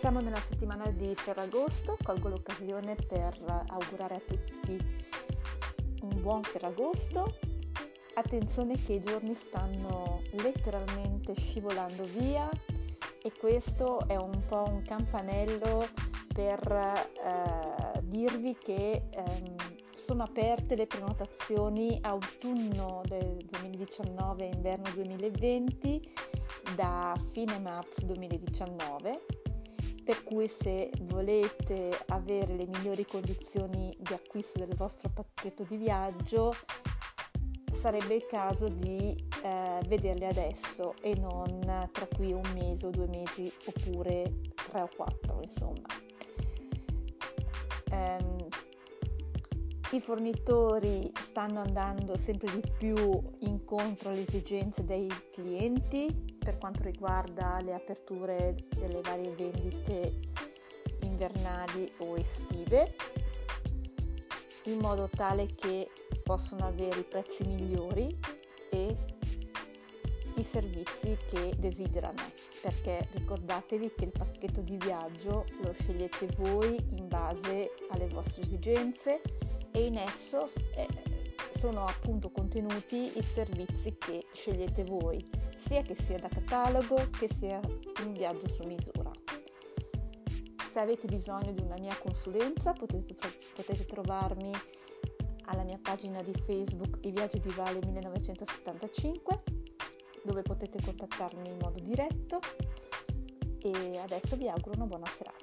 Siamo nella settimana di Ferragosto, colgo l'occasione per augurare a tutti un buon Ferragosto. Attenzione che i giorni stanno letteralmente scivolando via e questo è un po' un campanello per dirvi che sono aperte le prenotazioni autunno del 2019 e inverno 2020 da fine marzo 2019, per cui se volete avere le migliori condizioni di acquisto del vostro pacchetto di viaggio sarebbe il caso di vederle adesso e non tra qui un mese o 2 mesi oppure 3 o 4, insomma. I fornitori stanno andando sempre di più incontro alle esigenze dei clienti per quanto riguarda le aperture delle varie vendite invernali o estive, in modo tale che possono avere i prezzi migliori e i servizi che desiderano, perché ricordatevi che il pacchetto di viaggio lo scegliete voi in base alle vostre esigenze e in esso sono appunto contenuti i servizi che scegliete voi, sia che sia da catalogo che sia un viaggio su misura. Se avete bisogno di una mia consulenza potete trovarmi alla mia pagina di Facebook I Viaggi di Vale 1975, dove potete contattarmi in modo diretto, e adesso vi auguro una buona serata.